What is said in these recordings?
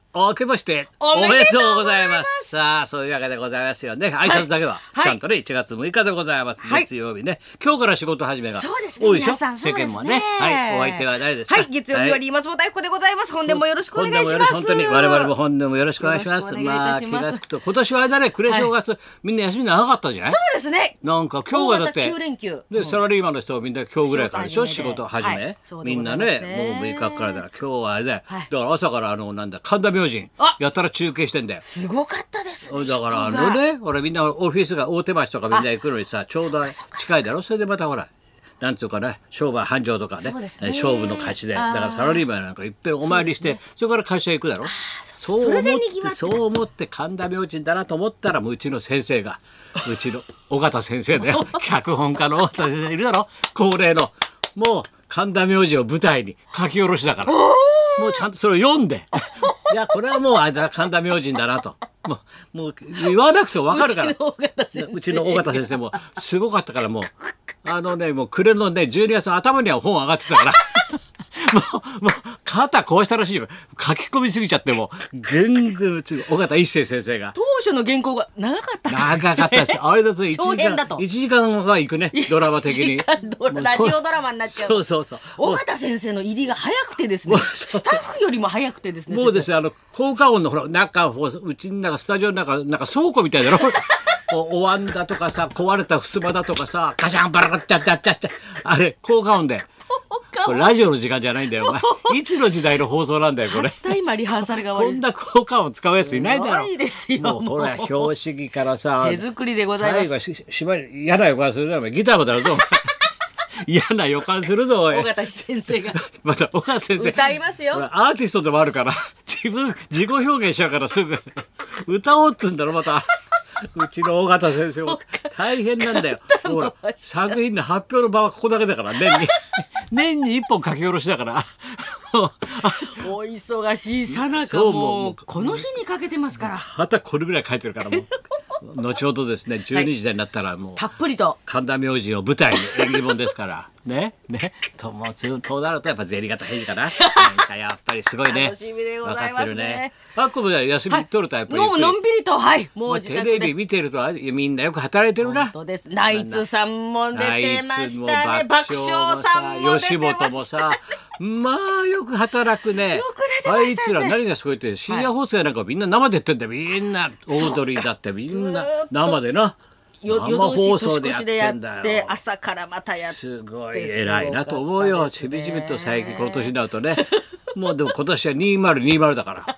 明けましておめでとうございます。さあそういうわけでございますよね。挨拶だけはちゃんとね1月6日でございます。月曜日ね。今日から仕事始めが多いでしょ。世間はね。はい。お相手は誰ですか。 はい。月曜日より松本明子でございます。本年もよろしくお願いします。 本当に我々も本年もよろしくお願いします。まあ気がつくと今年はね暮れ正月みんな休み長かったじゃない。 そうですね。 なんか今日はだって 9連休でサラリーマンの人はみんな今日ぐらいからでしょ仕事始め。みんなねもう6日からだから今日はあれだから朝からなんだ神田明神やったら中継してんだよ。 すごかったですね。 だから俺みんなオフィスが大手町とかみんな行くのにさちょうど近いだろ。それでまたほらなんつうかね商売繁盛とかね勝負の勝ちでだからサラリーマンなんかいっぺんお参りしてそれから会社行くだろ。そう思って神田明神だなと思ったらうちの先生がうちの尾形先生だよ脚本家の尾形先生いるだろ恒例のもう神田明神を舞台に書き下ろしだからもうちゃんとそれを読んでいやこれはもうあれだ神田明神だなともう言わなくても分かるからうちの尾形先生もすごかったからもう暮れのね12月の頭には本上がってたからもう肩壊したらしいよ書き込みすぎちゃっても全然うちの尾形一生先生が当初の原稿が長かったですあれだと 1 時間は行くねドラマ的にラジオドラマになっちゃうそう尾形先生の入りが早くてですねスタッフよりも早くてですねもうですね効果音のほらうちの中スタジオの中なんか倉庫みたいだろお椀だとかさ壊れた襖だとかさカシャンバラガッチャッチャッチャッチャあれ効果音でこれラジオの時間じゃないんだよお前いつの時代の放送なんだよこれ今リハーサルが終わりこんな効果音使うやついないだろないですよもうほら表紙着からさ手作りでございます最後しばらく嫌な予感するなギターもだろぞ嫌な予感するぞ尾形先生がまた尾形先生歌いますよアーティストでもあるから自己表現しちゃうからすぐ歌おうっつんだろまたうちの尾形先生も大変なんだよほら作品の発表の場はここだけだから年に1本書き下ろしだからお忙しいさなかもうこの日にかけてますからまたこれぐらい書いてるからもう後ほどですね12時台になったらもうたっぷりと神田明神を舞台に演技本ですからねともうそうなるとやっぱ銭形平次かななんかやっぱりすごいね楽しみでございますねこも休み取るとやっぱりもうのんびりともう自宅でテレビ見てるとみんなよく働いてるな本当ですナイツさんも出てましたね爆笑さんも出てました吉本もさまあよく働くね。あいつら何がすごいって深夜放送やなんかみんな生でやってんだよみんなオードリーだってみんな生でな生放送でやって朝からまたやってすごい偉いなと思うよしみじみと最近この年になるとねもうでも今年は2020だから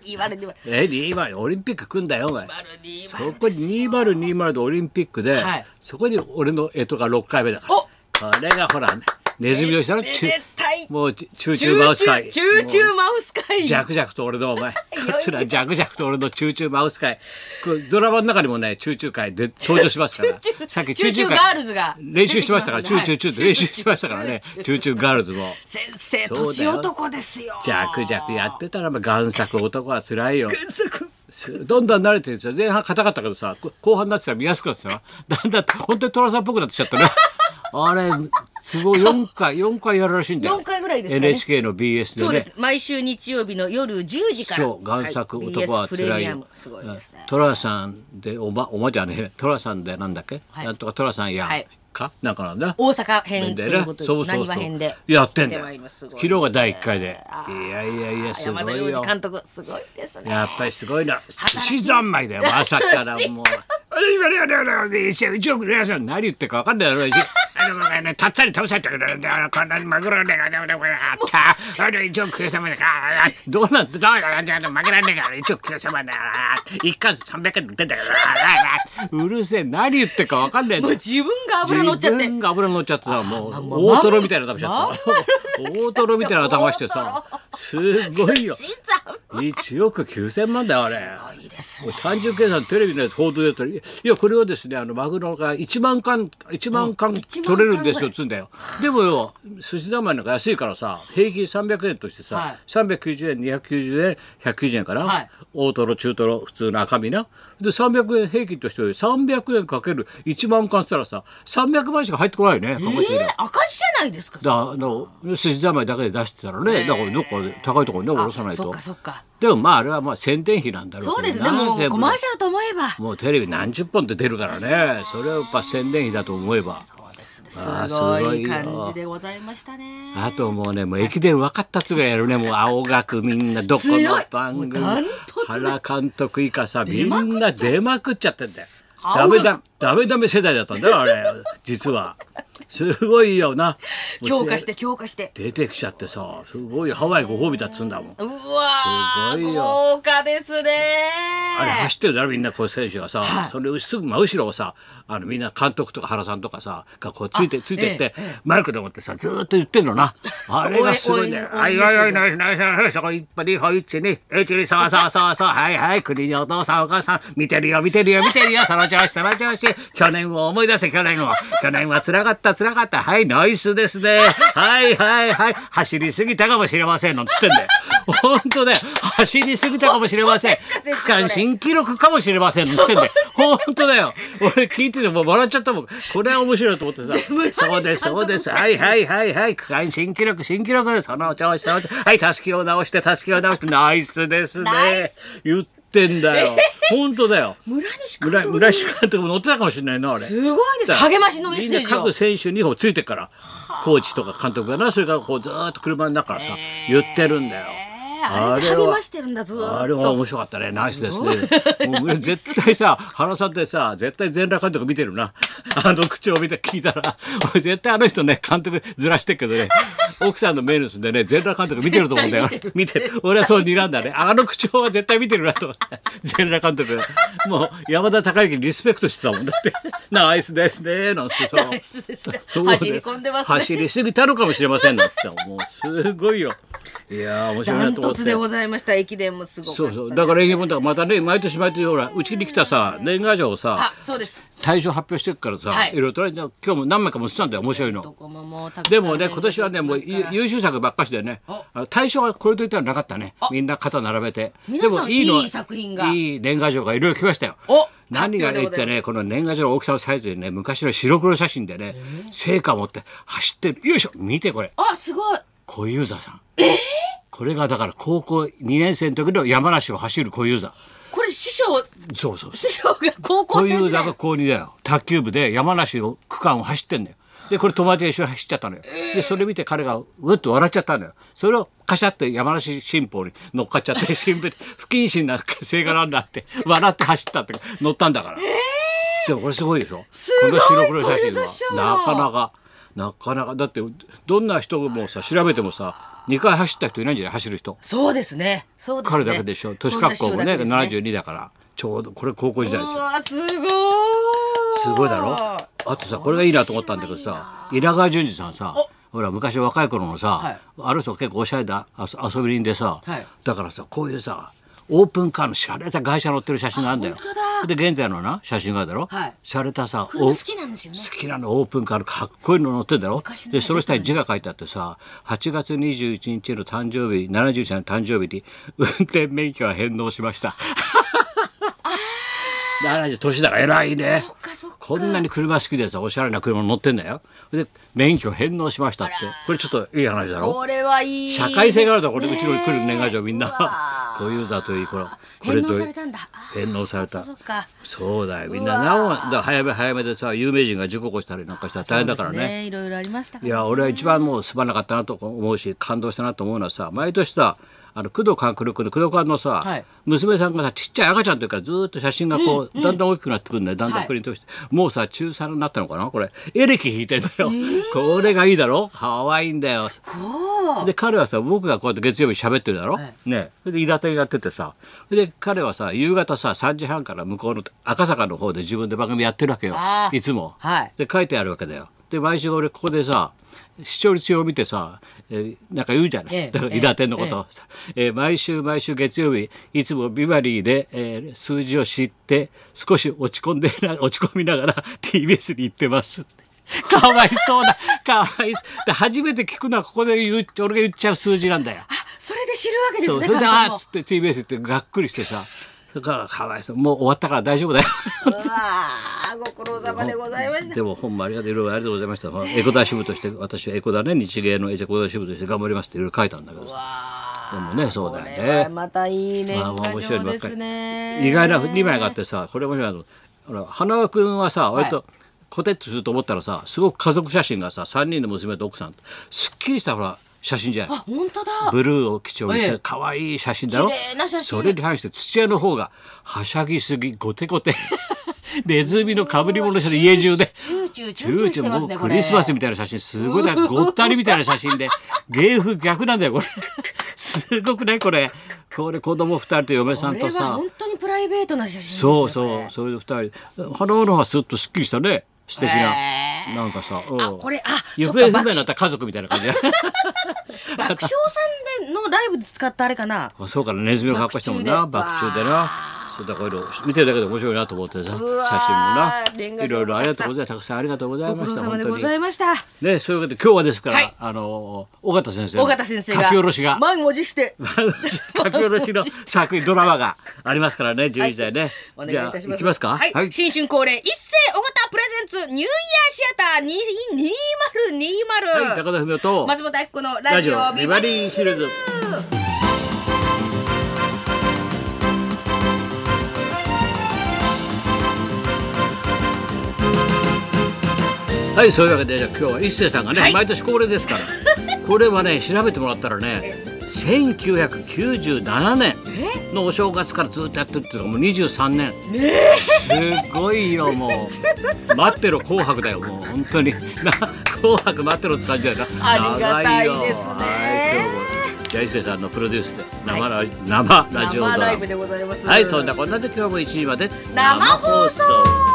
20オリンピック組んだよお前そこに2020でオリンピックで、そこに俺の干支が6回目だからこれがほらネズミをしたらもうチューチューマウス会ジャクジャクと俺のお前桂ジャクジャクと俺のチューチューマウス会ドラマの中にもねチューチュー会で登場しますからさっきチューチューガールズが練習しましたからチューチューチューって練習しましたからねチューチューガールズも先生年男ですよジャクジャクやってたら贋作男はつらいよどんどん慣れてるんですよ前半硬かったけどさ後半になってたら見やすくなってたよだんだん本当に寅さんっぽくなってきちゃったねあれすごい4回やるらしいんだよ 4回ぐらいですかね NHK の BS でねそうです毎週日曜日の夜10時からそう贋作男はつらいよ寅さんでおまじゃねえ寅さんでなんだっけなんとか寅さんやかなんかなんだ大阪編ということで浪速編でやってんだよ昨日が第1回でいやすごいよ山田洋次監督すごいですねやっぱりすごいな寿司三昧だよ朝からもう1億のやつ何言ってるか分かんないだろうたっさり食べされたけどこんなにマグロね1億食えさまだどうなんてどうなん負けられねえから1億食えさまだ1貫300円売ってんだけどうるせえ何言ってるか分かんないもう自分が油乗っちゃって自分が油乗っちゃってさもう大トロみたいな頭しちゃってさ大トロみたいな頭してさすごいよ1億9000万だよあれ単純計算テレビのやつ報道でやったらいやこれはですねマグロが1万貫取れるんですよつんだよでもよ寿司三昧なんか安いからさ平均300円としてさ、390円290円190円かな、大トロ中トロ普通の赤身なで300円平均として300円かける1万貫したらさ300万しか入ってこないね赤字じゃないですか寿司三昧だけで出してたらねだからどっかで高いところにね下ろさないとそっかでもまああれはまあ宣伝費なんだろうそうですね。 けどな。 もう全部コマーシャルと思えば。 もうテレビ何十本って出るからね。それはやっぱ宣伝費だと思えば。 そうですね。 あーすごいすごいよ感じでございましたね。 あともうね、もう駅伝分かったっつうがやるね。もう青学みんなどこの番組強いもうダントツで原監督以下さ、みんな出まくっちゃってんだよ。 青ダメ学ダメ世代だったんだよあれ。実はすごいよな。 強化して強化して。 出てきちゃってさ、すごいハワイご褒美だっつうんだもん。 うわー、 すごいよ豪華ですね。 あれ走ってるだろみんなこう選手がさ、それすぐ真後ろをさみんな監督とか原さんとかさがこうついてってマイクでもってさずーっと言ってんのな。あれがすごいね。はいはいはいナイスナイスナイスそこ一歩二歩一二一二そうそうそうそうはいはい国にお父さんお母さん見てるよ見てるよ見てるよその調子その調子去年を思い出せ去年は辛かったはいナイスですねはいはいはい走りすぎたかもしれませんなんつってんだよ。本当だよ走りすぎたかもしれません区間新記録かもしれませんのってんで本当だよ。俺聞いててもう笑っちゃったもん。これは面白いと思ってさそうですそうですはいはいはいはい区間新記録その調子その調子はいたすきを直してナイスですね言ってんだよ。本当だよ。村西監督も乗ってたかもしれないなあれ。 すごいです。励ましのメッセージをみんな各選手2歩ついてっからコーチとか監督がなそれからこうずーっと車の中からさ言ってるんだよ。 あれで励ましてるんだずっと。 あれは面白かったね。ナイスですね。もう絶対さ原さんってさ絶対全裸監督見てるな。あの口を聞いたら俺絶対あの人ね監督ずらしてっけどね奥さんのメルスでね全裸監督見てると思うんだよ。見てる。俺はそう睨んだね。あの口調は絶対見てるなと思って全裸監督もう山田孝之リスペクトしてたもんだってナイスですねなんつってさナイスですね走り込んでますね。 走りすぎたのかもしれませんなんつってもうすごいよ。いや面白いなと思って。 ダントツでございました。駅伝もすごかったです。 そうだから駅伝もだからまたね毎年ほらうちに来たさ年賀状をさそうです。 大賞発表してるからさ、いろいろと今日も何枚かもしたんだよ面白いの。 ででもね今年はねもう優秀作ばっかしでね大賞はこれといったらなかったね。みんな肩並べて皆さんいいい作品がいい年賀状がいろいろ来ましたよ。何がねってねこの年賀状の大きさのサイズでね昔の白黒写真でね聖火を持って走ってるよいしょ見てこれすごい小遊三さん。これがだから高校2年生の時の山梨を走る小遊三。 これ師匠師匠が高校小生時代遊三が高2だよ。卓球部で山梨の区間を走ってんだよ。でこれ友達が一緒に走っちゃったのよ。でそれ見て彼がうっと笑っちゃったのよ。それをカシャって山梨新報に乗っかっちゃって新聞不謹慎な聖火ランナーって笑って走ったって乗ったんだから。でもこれすごいでしょ。 ごいこの白黒写真小遊三師匠はなかなかだってどんな人もさ調べてもさ2回走った人いないんじゃない走る人。 そうですね彼だけでしょ。年格好もね72だからちょうどこれ高校時代ですよ。 すごいすごいだろ。あとさこれがいいなと思ったんだけどさ稲川淳二さんさほら昔若い頃のさ、あの人結構おしゃれだ遊び人でさ、だからさこういうさオープンカーの洒落た外車乗ってる写真があるんだよ。で現在のな写真があるだろ。洒落たさ好きなんですよね。 好きなのオープンカーのかっこいいの乗ってんだろ。でその下に字が書いてあってさ8月21日の誕生日71歳の誕生日に運転免許は返納しました。70年だから偉いね。こんなに車好きでさおしゃれな車乗ってんだよ。で免許返納しましたってこれちょっといい話だろ。 これはいい社会性があるだろこれうちの来る年賀状みんな小遊三といいこれ返納されたんだ。 返納された。そうだよみんなだ早めでさ有名人が事故起こしたりなんかしたら大変だからね。 いろいろありましたから。 いや俺は一番もうすまなかったなと思うし感動したなと思うのはさ毎年さ工藤官九郎君の工藤官のさ、娘さんがさちっちゃい赤ちゃんの時からずっと写真がこう、だんだん大きくなってくるんだよ。だんだんプリントして、もうさ中3になったのかなこれエレキ弾いてんだよ。これがいいだろ可愛いんだよ。で彼はさ僕がこうやって月曜日喋ってるだろ、ねそれでイラテンやっててさで彼はさ夕方さ3時半から向こうの赤坂の方で自分で番組やってるわけよいつも。で書いてあるわけだよ。で毎週俺ここでさ視聴率表を見てさ、なんか言うじゃない、だからイラテンのこと、毎週月曜日いつもビバリーで、数字を知って少し落ち込みながら TBS に行ってます。かわいそうだかわいそうで初めて聞くのはここで俺が言っちゃう数字なんだよ。 それで知るわけですね。 それでっつって TBS 行ってがっくりしてさだからかわいそうもう終わったから大丈夫だよ。 ご苦労様でございました。 でも本もいろいろありがとうございました。エコダ支部として私はエコダね日芸のエコダ支部として頑張りますっていろいろ書いたんだけどでもねそうだよこれはね。 またいい年まあまあ賀状ですね。 意外な2枚があってさ、これ面白いの。ほら花輪君はさ割とコテッとすると思ったらさ、すごく家族写真がさ3人の娘と奥さんすっきりしたほら写真じゃない。 あ、本当だ。 ブルーを基調にして可愛い写真だろ。 綺麗な写真。 それに反して土屋の方がはしゃぎすぎゴテゴテネズミの被り物して家中でチューチューチューチューしてますね。 もうクリスマスみたいな写真すごいだ、ごったりみたいな写真で芸風逆なんだよこれすごくねこれ子供2人と嫁さんとこれはさ、 本当にプライベートな写真ですね。 そうそうそれで2人花輪の方はすっとすっきりしたね素敵な、なんかさ、 あ、これ行方不明になった家族みたいな感じだ爆笑さんでのライブで使ったあれかな。 あそうかな、ネズミを格好したもんな、爆中でな。そうだ、こういうの見てるだけで面白いなと思ってさ、写真もな、いろいろありがとうございます。たくさんありがとうございました。 ご苦労様でございました。 ね、そういうわけで今日はですから、 はい尾形先生の尾形先生が書き下ろしが満を持して書き下ろしの作品ドラマがありますからね、11時台ね。 お願いじゃあいたします。 行きますか。 はい。新春恒例一世尾形プレゼンツニューイヤーシアター2020。 はい、高田文夫と松本明子のラジオビバリーヒルズ。 はい、そういうわけでじゃあ今日は一星さんがね、 はい毎年恒例ですからこれはね調べてもらったらね1997年のお正月からずっとやってるっていうのがもう23年、すごいよもう待ってろ紅白だよもう本当にな紅白待ってろって感じだよな。 ありがたいですね。 長いよ。はい、今日もじゃあ一星さんのプロデュースで生ラジオドラマ生ライブでございます。 はい、そんなこんなで今日も1時まで生放送。